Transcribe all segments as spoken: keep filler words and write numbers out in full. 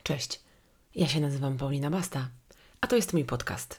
Cześć, ja się nazywam Paulina Basta, a to jest mój podcast.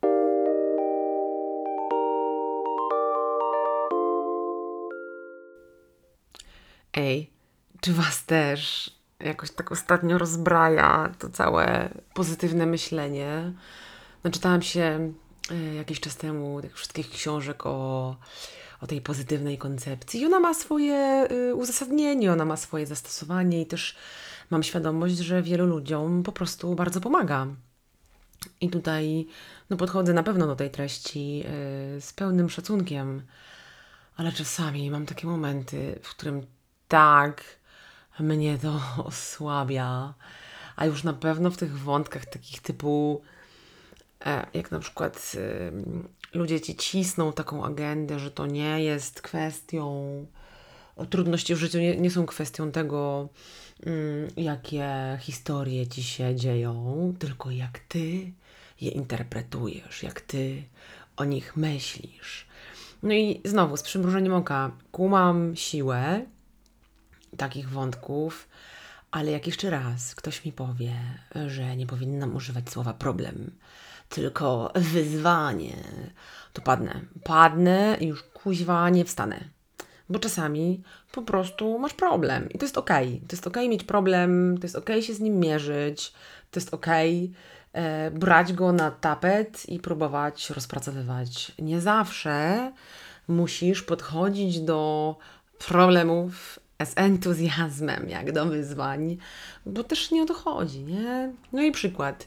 Ej, czy Was też jakoś tak ostatnio rozbraja to całe pozytywne myślenie? Naczytałam się y, jakiś czas temu tych wszystkich książek o, o tej pozytywnej koncepcji i ona ma swoje y, uzasadnienie, ona ma swoje zastosowanie i też mam świadomość, że wielu ludziom po prostu bardzo pomaga. I tutaj no, podchodzę na pewno do tej treści yy, z pełnym szacunkiem, ale czasami mam takie momenty, w którym tak mnie to osłabia, a już na pewno w tych wątkach takich typu, e, jak na przykład y, ludzie ci cisną taką agendę, że to nie jest kwestią, trudności w życiu nie, nie są kwestią tego, mm, jakie historie ci się dzieją, tylko jak ty je interpretujesz, jak ty o nich myślisz. No i znowu, z przymrużeniem oka, kumam siłę takich wątków, ale jak jeszcze raz ktoś mi powie, że nie powinnam używać słowa problem, tylko wyzwanie, to padnę. Padnę i już kuźwa nie wstanę. Bo czasami po prostu masz problem i to jest okej. To jest okej mieć problem, to jest okej się z nim mierzyć, to jest okej e, brać go na tapet i próbować rozpracowywać. Nie zawsze musisz podchodzić do problemów z entuzjazmem, jak do wyzwań, bo też nie o to chodzi, nie? No i przykład.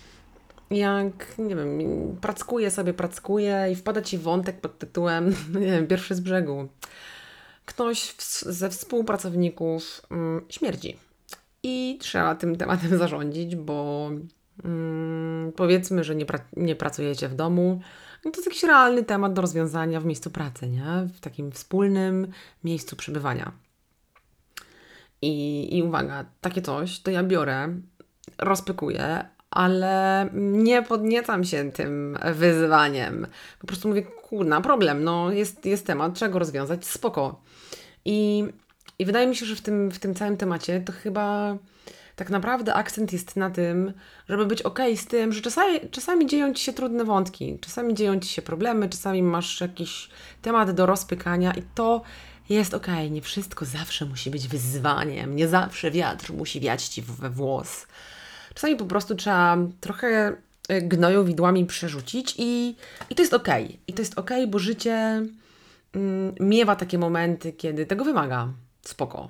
Jak, nie wiem, prackuję sobie, prackuję i wpada Ci wątek pod tytułem, nie wiem, pierwszy z brzegu. Ktoś w, ze współpracowników mm, śmierdzi i trzeba tym tematem zarządzić, bo mm, powiedzmy, że nie, pra- nie pracujecie w domu, no to jest jakiś realny temat do rozwiązania w miejscu pracy, nie? W takim wspólnym miejscu przebywania. I, I uwaga, takie coś to ja biorę, rozpykuję, ale nie podniecam się tym wyzwaniem. Po prostu mówię, kurna, problem, no jest, jest temat, trzeba go rozwiązać, spoko. I, i wydaje mi się, że w tym, w tym całym temacie to chyba tak naprawdę akcent jest na tym, żeby być okej z tym, że czasami, czasami dzieją Ci się trudne wątki, czasami dzieją Ci się problemy, czasami masz jakiś temat do rozpykania i to jest okej. Nie wszystko zawsze musi być wyzwaniem, nie zawsze wiatr musi wiać Ci we włos. Czasami po prostu trzeba trochę y, gnoju widłami przerzucić i, i to jest okej. I to jest okej, bo życie mm, miewa takie momenty, kiedy tego wymaga. Spoko.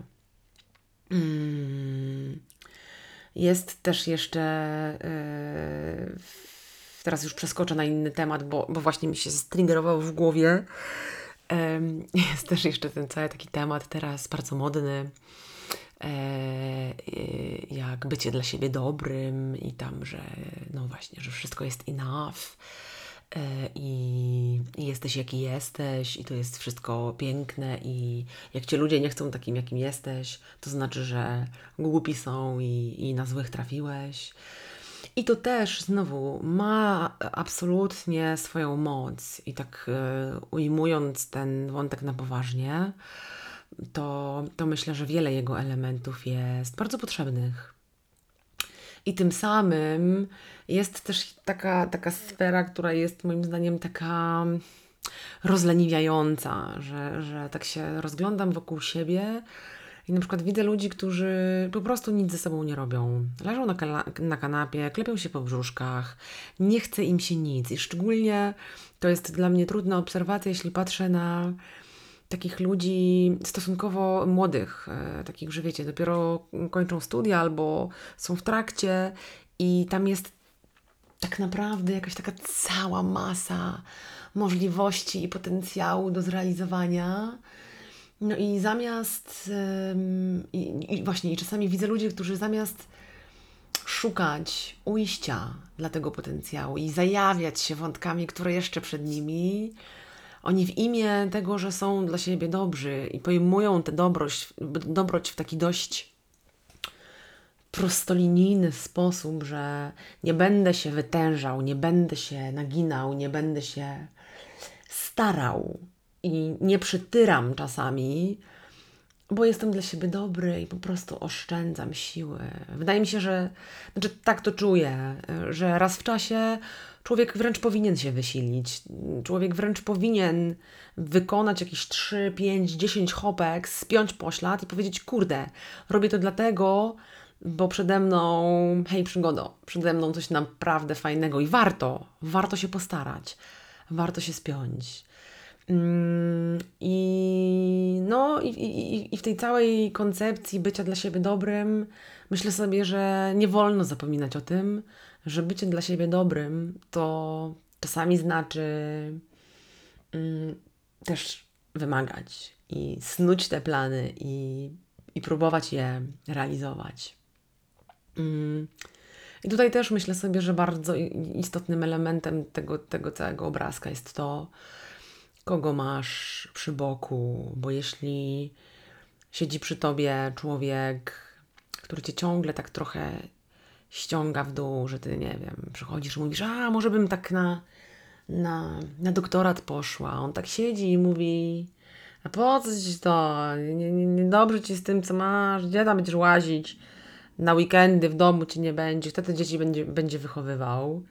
Mm. Jest też jeszcze, yy, teraz już przeskoczę na inny temat, bo, bo właśnie mi się striggerował w głowie. Yy, jest też jeszcze ten cały taki temat teraz bardzo modny, yy, jak bycie dla siebie dobrym i tam, że no właśnie, że wszystko jest enough. I, i jesteś jaki jesteś i to jest wszystko piękne i jak Cię ludzie nie chcą takim jakim jesteś, to znaczy, że głupi są i, i na złych trafiłeś. I to też znowu ma absolutnie swoją moc i tak e, ujmując ten wątek na poważnie, to, to myślę, że wiele jego elementów jest bardzo potrzebnych. I tym samym jest też taka, taka sfera, która jest moim zdaniem taka rozleniwiająca, że, że tak się rozglądam wokół siebie i na przykład widzę ludzi, którzy po prostu nic ze sobą nie robią. Leżą na, kala- na kanapie, klepią się po brzuszkach, nie chce im się nic. I szczególnie to jest dla mnie trudna obserwacja, jeśli patrzę na takich ludzi stosunkowo młodych, e, takich, że wiecie, dopiero kończą studia albo są w trakcie i tam jest tak naprawdę jakaś taka cała masa możliwości i potencjału do zrealizowania. No i zamiast ym, i, i właśnie i czasami widzę ludzi, którzy zamiast szukać ujścia dla tego potencjału i zajawiać się wątkami, które jeszcze przed nimi, oni w imię tego, że są dla siebie dobrzy i pojmują tę dobroć, dobroć w taki dość prostolinijny sposób, że nie będę się wytężał, nie będę się naginał, nie będę się starał i nie przytyram czasami, bo jestem dla siebie dobry i po prostu oszczędzam siły. Wydaje mi się, że, znaczy tak to czuję, że raz w czasie człowiek wręcz powinien się wysilić. Człowiek wręcz powinien wykonać jakieś trzy, pięć, dziesięć hopek, spiąć poślad i powiedzieć, kurde, robię to dlatego, bo przede mną, hej przygodo, przede mną coś naprawdę fajnego i warto, warto się postarać, warto się spiąć. I no i, i, i w tej całej koncepcji bycia dla siebie dobrym myślę sobie, że nie wolno zapominać o tym, że bycie dla siebie dobrym to czasami znaczy mm, też wymagać i snuć te plany i, i próbować je realizować. Mm. I tutaj też myślę sobie, że bardzo istotnym elementem tego, tego całego obrazka jest to, kogo masz przy boku, bo jeśli siedzi przy tobie człowiek, który cię ciągle tak trochę ściąga w dół, że ty, nie wiem, przychodzisz i mówisz, a może bym tak na, na, na doktorat poszła. On tak siedzi i mówi, a po co ci to? Nie, nie, nie dobrze ci z tym, co masz, gdzie tam będziesz łazić? Na weekendy w domu ci nie będzie, kto te dzieci będzie, będzie wychowywał?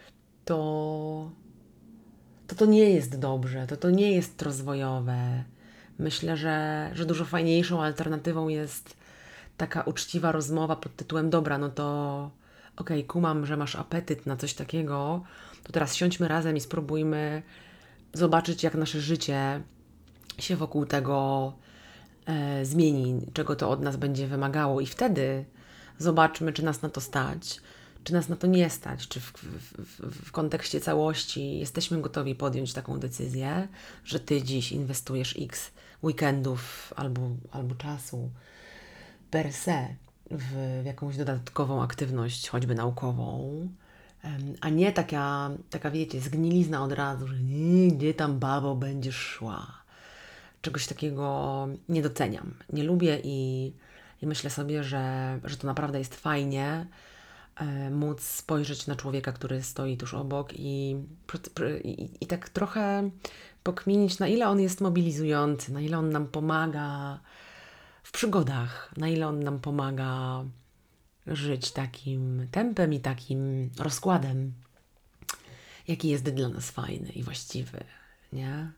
To... to to nie jest dobrze, to to nie jest rozwojowe. Myślę, że, że dużo fajniejszą alternatywą jest taka uczciwa rozmowa pod tytułem dobra, no to okej, okay, kumam, że masz apetyt na coś takiego, to teraz siądźmy razem i spróbujmy zobaczyć, jak nasze życie się wokół tego e, zmieni, czego to od nas będzie wymagało i wtedy zobaczmy, czy nas na to stać, czy nas na to nie stać, czy w, w, w, w kontekście całości jesteśmy gotowi podjąć taką decyzję, że Ty dziś inwestujesz X weekendów albo, albo czasu per se w, w jakąś dodatkową aktywność, choćby naukową, a nie taka, taka wiecie, zgnilizna od razu, że nie, gdzie tam babo będziesz szła. Czegoś takiego nie doceniam, nie lubię i, i myślę sobie, że, że to naprawdę jest fajnie e, móc spojrzeć na człowieka, który stoi tuż obok i, i, i tak trochę pokminić, na ile on jest mobilizujący, na ile on nam pomaga w przygodach, na ile on nam pomaga żyć takim tempem i takim rozkładem, jaki jest dla nas fajny i właściwy, nie?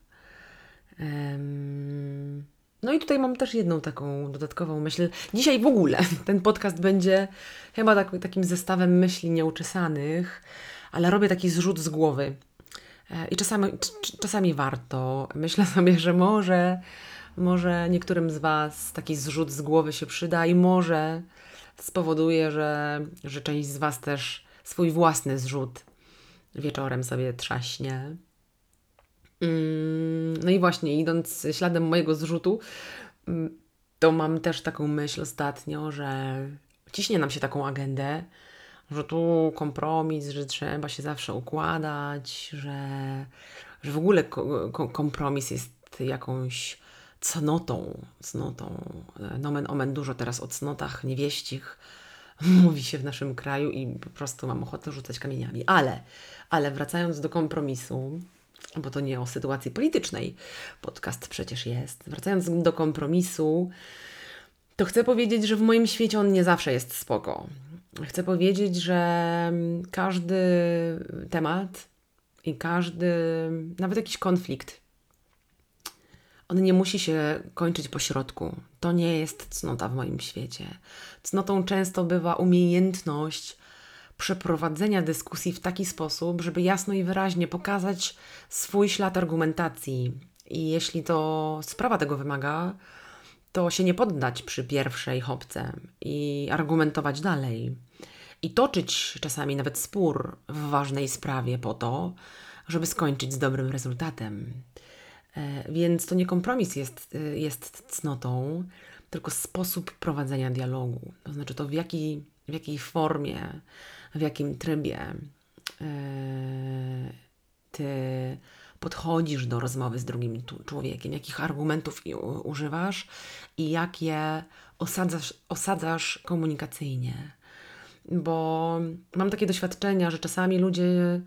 Um, no i tutaj mam też jedną taką dodatkową myśl. Dzisiaj w ogóle ten podcast będzie chyba tak, takim zestawem myśli nieuczesanych, ale robię taki zrzut z głowy. I czasami, czasami warto. Myślę sobie, że może, może niektórym z Was taki zrzut z głowy się przyda i może spowoduje, że, że część z Was też swój własny zrzut wieczorem sobie trzaśnie. No i właśnie, idąc śladem mojego zrzutu, to mam też taką myśl ostatnio, że ciśnie nam się taką agendę, że tu kompromis, że trzeba się zawsze układać, że, że w ogóle ko- ko- kompromis jest jakąś cnotą, cnotą. Nomen omen, dużo teraz o cnotach niewieścich mówi się w naszym kraju i po prostu mam ochotę rzucać kamieniami. Ale, ale wracając do kompromisu, bo to nie o sytuacji politycznej podcast przecież jest. Wracając do kompromisu, to chcę powiedzieć, że w moim świecie on nie zawsze jest spoko. Chcę powiedzieć, że każdy temat i każdy, nawet jakiś konflikt, on nie musi się kończyć po środku. To nie jest cnota w moim świecie. Cnotą często bywa umiejętność przeprowadzenia dyskusji w taki sposób, żeby jasno i wyraźnie pokazać swój ślad argumentacji. I jeśli to sprawa tego wymaga, to się nie poddać przy pierwszej chopce i argumentować dalej. I toczyć czasami nawet spór w ważnej sprawie po to, żeby skończyć z dobrym rezultatem. E, więc to nie kompromis jest, jest cnotą, tylko sposób prowadzenia dialogu. To znaczy to w, jaki, w jakiej formie, w jakim trybie e, ty podchodzisz do rozmowy z drugim człowiekiem, jakich argumentów używasz i jak je osadzasz, osadzasz komunikacyjnie. Bo mam takie doświadczenia, że czasami ludzie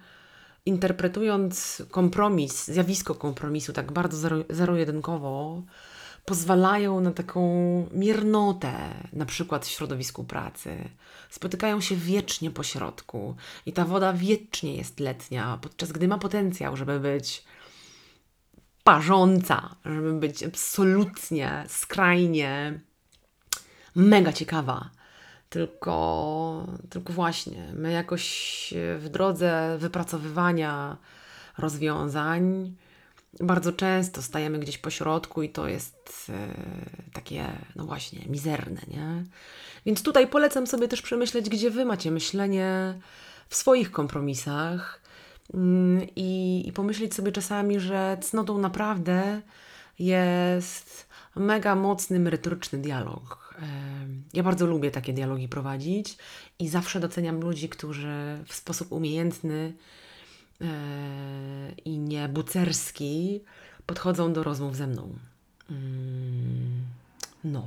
interpretując kompromis, zjawisko kompromisu tak bardzo zero, zero-jedynkowo, pozwalają na taką miernotę, na przykład w środowisku pracy. Spotykają się wiecznie po środku i ta woda wiecznie jest letnia, podczas gdy ma potencjał, żeby być parząca, żeby być absolutnie, skrajnie mega ciekawa. Tylko, tylko właśnie, my jakoś w drodze wypracowywania rozwiązań bardzo często stajemy gdzieś po środku i to jest e, takie, no właśnie, mizerne, nie? Więc tutaj polecam sobie też przemyśleć, gdzie Wy macie myślenie w swoich kompromisach mm, i, i pomyśleć sobie czasami, że cnotą naprawdę jest mega mocny, merytoryczny dialog. E, Ja bardzo lubię takie dialogi prowadzić i zawsze doceniam ludzi, którzy w sposób umiejętny e, i nie bucerski podchodzą do rozmów ze mną. Mm, no.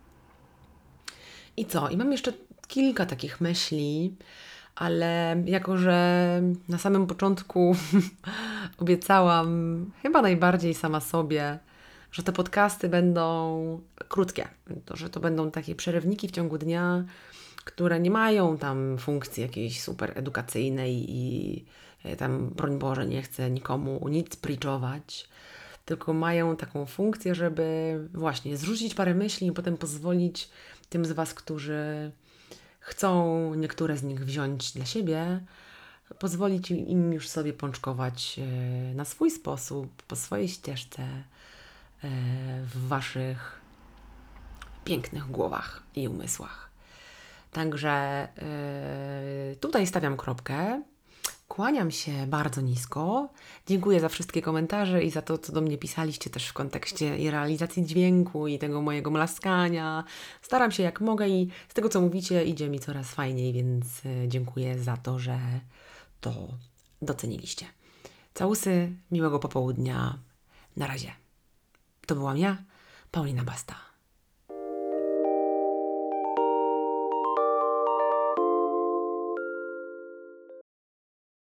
I co? I mam jeszcze kilka takich myśli, ale jako, że na samym początku obiecałam chyba najbardziej sama sobie, że te podcasty będą krótkie, to, że to będą takie przerywniki w ciągu dnia, które nie mają tam funkcji jakiejś super edukacyjnej i e, tam, broń Boże, nie chcę nikomu nic preachować, tylko mają taką funkcję, żeby właśnie zrzucić parę myśli i potem pozwolić tym z Was, którzy chcą niektóre z nich wziąć dla siebie, pozwolić im już sobie pączkować e, na swój sposób, po swojej ścieżce, e, w Waszych pięknych głowach i umysłach. Także e, tutaj stawiam kropkę. Kłaniam się bardzo nisko. Dziękuję za wszystkie komentarze i za to, co do mnie pisaliście też w kontekście i realizacji dźwięku i tego mojego mlaskania. Staram się jak mogę i z tego, co mówicie, idzie mi coraz fajniej, więc e, dziękuję za to, że to doceniliście. Całusy, miłego popołudnia. Na razie. To byłam ja, Paulina Basta.